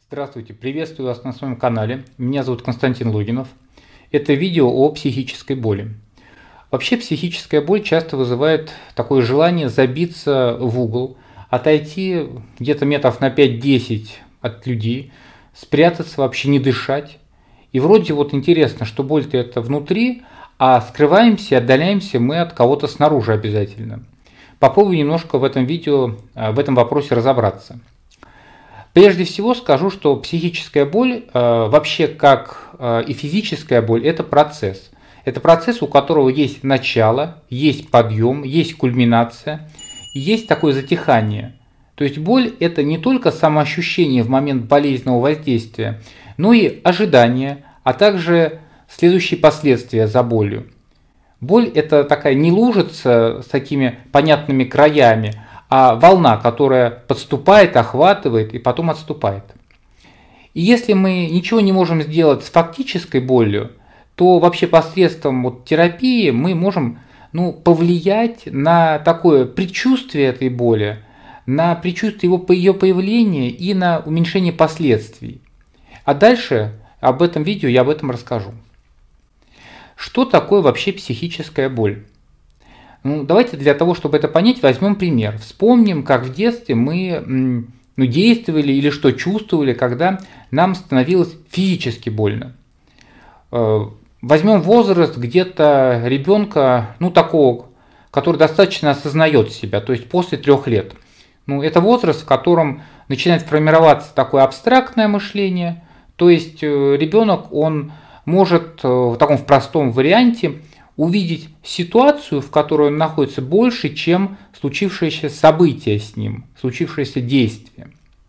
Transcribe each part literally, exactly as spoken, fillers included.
Здравствуйте, приветствую вас на своем канале. Меня зовут Константин Логинов. Это видео о психической боли. Вообще психическая боль часто вызывает такое желание забиться в угол, отойти где-то метров на пять-десять от людей, спрятаться, вообще не дышать. И вроде вот интересно, что боль-то это внутри, а скрываемся, отдаляемся мы от кого-то снаружи обязательно. Попробую немножко в этом видео, в этом вопросе разобраться. Прежде всего скажу, что психическая боль, вообще как и физическая боль, это процесс. Это процесс, у которого есть начало, есть подъем, есть кульминация, есть такое затихание. То есть боль – это не только самоощущение в момент болезненного воздействия, но и ожидание, а также следующие последствия за болью. Боль – это такая не лужица с такими понятными краями, а волна, которая подступает, охватывает и потом отступает. И если мы ничего не можем сделать с фактической болью, то вообще посредством вот терапии мы можем ну, повлиять на такое предчувствие этой боли, на предчувствие его, ее появления и на уменьшение последствий. А дальше об этом видео я об этом расскажу. Что такое вообще психическая боль? Ну, давайте для того, чтобы это понять, возьмем пример. Вспомним, как в детстве мы ну, действовали или что чувствовали, когда нам становилось физически больно. Возьмем возраст где-то ребенка, ну такого, который достаточно осознает себя, то есть после трех лет. Ну, это возраст, в котором начинает формироваться такое абстрактное мышление, то есть ребенок, он может в таком в простом варианте увидеть ситуацию, в которой он находится, больше, чем случившееся событие с ним, случившееся действие.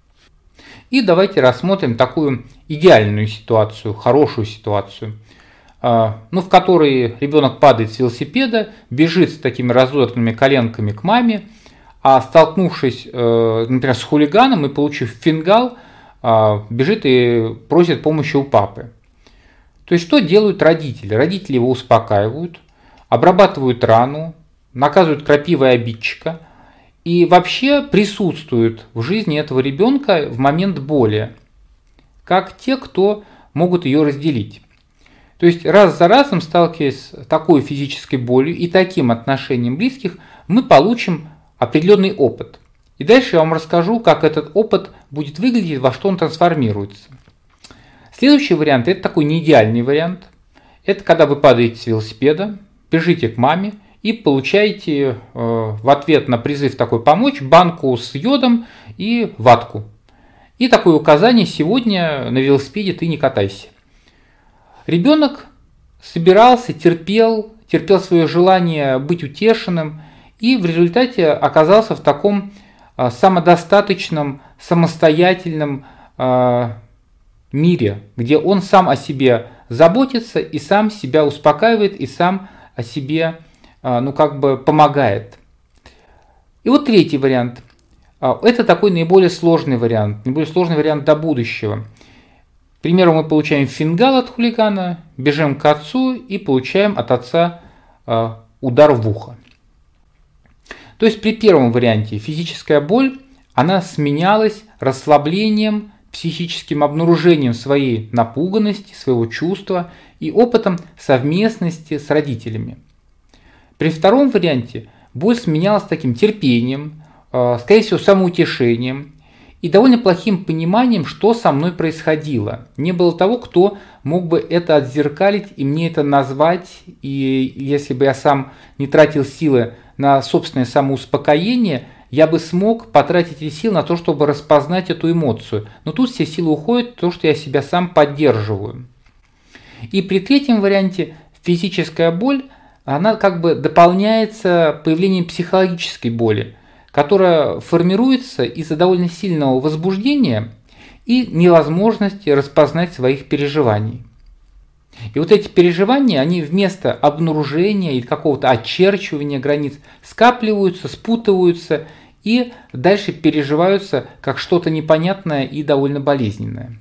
И давайте рассмотрим такую идеальную ситуацию, хорошую ситуацию, ну, в которой ребенок падает с велосипеда, бежит с такими разодранными коленками к маме, а столкнувшись, например, с хулиганом и получив фингал, бежит и просит помощи у папы. То есть, что делают родители? Родители его успокаивают, обрабатывают рану, наказывают крапивой обидчика и вообще присутствуют в жизни этого ребенка в момент боли, как те, кто могут ее разделить. То есть, раз за разом, сталкиваясь с такой физической болью и таким отношением близких, мы получим определенный опыт. И дальше я вам расскажу, как этот опыт будет выглядеть, во что он трансформируется. Следующий вариант – это такой неидеальный вариант. Это когда вы падаете с велосипеда, бежите к маме и получаете э, в ответ на призыв такой помочь банку с йодом и ватку. И такое указание: сегодня на велосипеде ты не катайся. Ребенок собирался, терпел, терпел свое желание быть утешенным и в результате оказался в таком э, самодостаточном, самостоятельном э, мире, где он сам о себе заботится и сам себя успокаивает и сам о себе ну, как бы помогает. И вот третий вариант. Это такой наиболее сложный вариант, наиболее сложный вариант до будущего. К примеру, мы получаем фингал от хулигана, бежим к отцу и получаем от отца удар в ухо. То есть при первом варианте физическая боль, она сменялась расслаблением, психическим обнаружением своей напуганности, своего чувства и опытом совместности с родителями. При втором варианте боль сменялась таким терпением, скорее всего, самоутешением и довольно плохим пониманием, что со мной происходило. Не было того, кто мог бы это отзеркалить и мне это назвать, и если бы я сам не тратил силы на собственное самоуспокоение, я бы смог потратить эти силы на то, чтобы распознать эту эмоцию. Но тут все силы уходят в то, что я себя сам поддерживаю. И при третьем варианте физическая боль, она как бы дополняется появлением психологической боли, которая формируется из-за довольно сильного возбуждения и невозможности распознать своих переживаний. И вот эти переживания, они вместо обнаружения или какого-то очерчивания границ скапливаются, спутываются и дальше переживаются как что-то непонятное и довольно болезненное.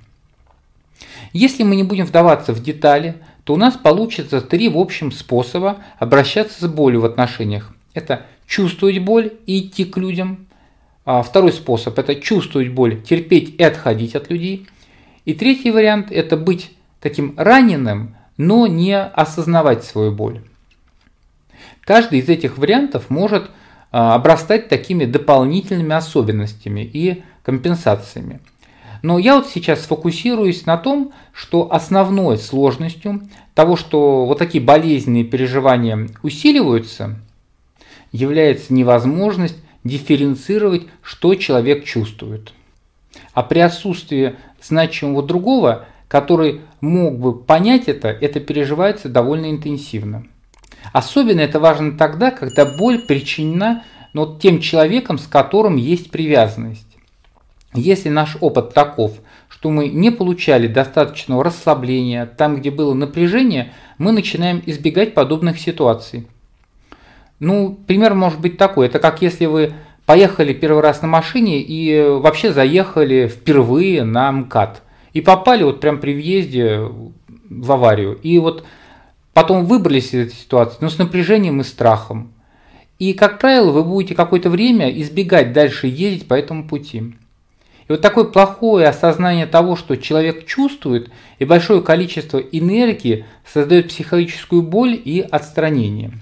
Если мы не будем вдаваться в детали, то у нас получится три, в общем, способа обращаться с болью в отношениях. Это чувствовать боль и идти к людям. Второй способ – это чувствовать боль, терпеть и отходить от людей. И третий вариант – это быть таким раненым, но не осознавать свою боль. Каждый из этих вариантов может обрастать такими дополнительными особенностями и компенсациями. Но я вот сейчас сфокусируюсь на том, что основной сложностью того, что вот такие болезненные переживания усиливаются, является невозможность дифференцировать, что человек чувствует. А при отсутствии значимого другого, который мог бы понять это, это переживается довольно интенсивно. Особенно это важно тогда, когда боль причинена ну, тем человеком, с которым есть привязанность. Если наш опыт таков, что мы не получали достаточного расслабления, там, где было напряжение, мы начинаем избегать подобных ситуаций. Ну, пример может быть такой. Это как если вы поехали первый раз на машине и вообще заехали впервые на МКАД. И попали вот прям при въезде в аварию. И вот потом выбрались из этой ситуации, но с напряжением и страхом. И, как правило, вы будете какое-то время избегать дальше ездить по этому пути. И вот такое плохое осознание того, что человек чувствует, и большое количество энергии создает психологическую боль и отстранение.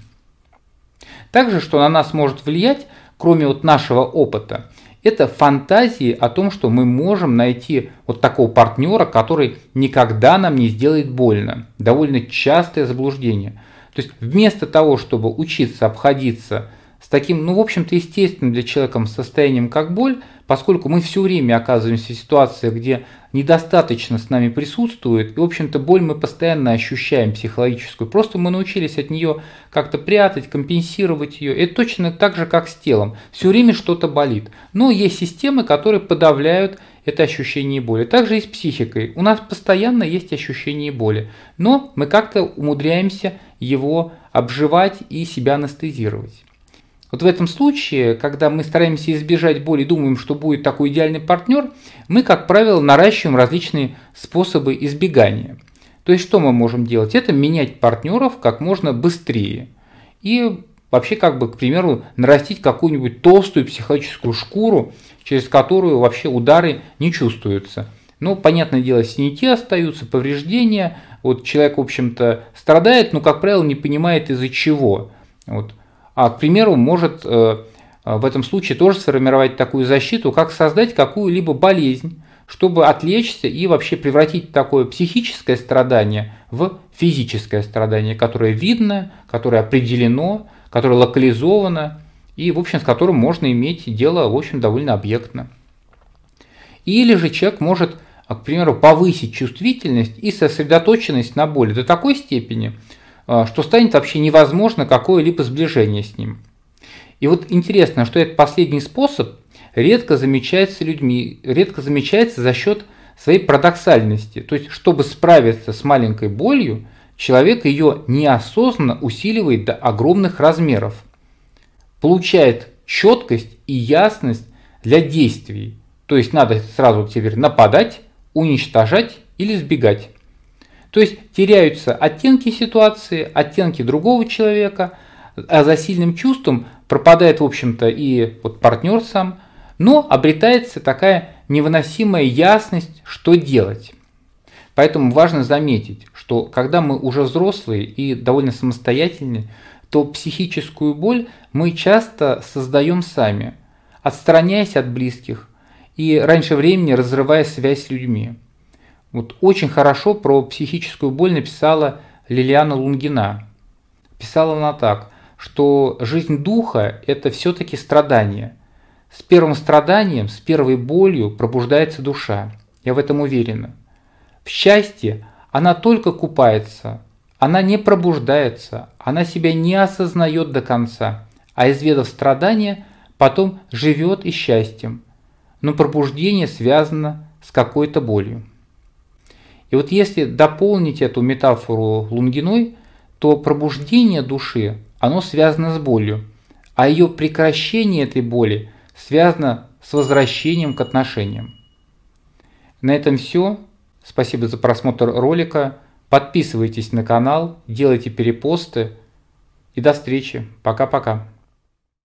Также, что на нас может влиять, кроме вот нашего опыта, это фантазии о том, что мы можем найти вот такого партнера, который никогда нам не сделает больно. Довольно частое заблуждение. То есть вместо того, чтобы учиться обходиться с таким, ну, в общем-то, естественным для человека состоянием, как боль, поскольку мы все время оказываемся в ситуации, где недостаточно с нами присутствует, и, в общем-то, боль мы постоянно ощущаем психологическую, просто мы научились от нее как-то прятать, компенсировать ее. Это точно так же, как с телом. Все время что-то болит. Но есть системы, которые подавляют это ощущение боли. Также и с психикой. У нас постоянно есть ощущение боли, но мы как-то умудряемся его обживать и себя анестезировать. Вот в этом случае, когда мы стараемся избежать боли и думаем, что будет такой идеальный партнер, мы, как правило, наращиваем различные способы избегания. То есть, что мы можем делать? Это менять партнеров как можно быстрее. И вообще, как бы, к примеру, нарастить какую-нибудь толстую психологическую шкуру, через которую вообще удары не чувствуются. Но, понятное дело, синяки остаются, повреждения. Вот человек, в общем-то, страдает, но, как правило, не понимает из-за чего. Вот. А, к примеру, может э, в этом случае тоже сформировать такую защиту, как создать какую-либо болезнь, чтобы отвлечься и вообще превратить такое психическое страдание в физическое страдание, которое видно, которое определено, которое локализовано и, в общем, с которым можно иметь дело, в общем, довольно объектно. Или же человек может, к примеру, повысить чувствительность и сосредоточенность на боли до такой степени, что станет вообще невозможно какое-либо сближение с ним. И вот интересно, что этот последний способ редко замечается людьми, редко замечается за счет своей парадоксальности. То есть, чтобы справиться с маленькой болью, человек ее неосознанно усиливает до огромных размеров, получает четкость и ясность для действий. То есть, надо сразу теперь нападать, уничтожать или сбегать. То есть теряются оттенки ситуации, оттенки другого человека, а за сильным чувством пропадает, в общем-то, и вот партнер сам, но обретается такая невыносимая ясность, что делать. Поэтому важно заметить, что когда мы уже взрослые и довольно самостоятельные, то психическую боль мы часто создаем сами, отстраняясь от близких и раньше времени разрывая связь с людьми. Вот очень хорошо про психическую боль написала Лилиана Лунгина. Писала она так, что жизнь духа – это все-таки страдание. С первым страданием, с первой болью пробуждается душа. Я в этом уверена. В счастье она только купается, она не пробуждается, она себя не осознает до конца, а изведав страдания, потом живет и счастьем. Но пробуждение связано с какой-то болью. И вот если дополнить эту метафору Лунгиной, то пробуждение души, оно связано с болью, а ее прекращение этой боли связано с возвращением к отношениям. На этом все. Спасибо за просмотр ролика. Подписывайтесь на канал, делайте перепосты и до встречи. Пока-пока.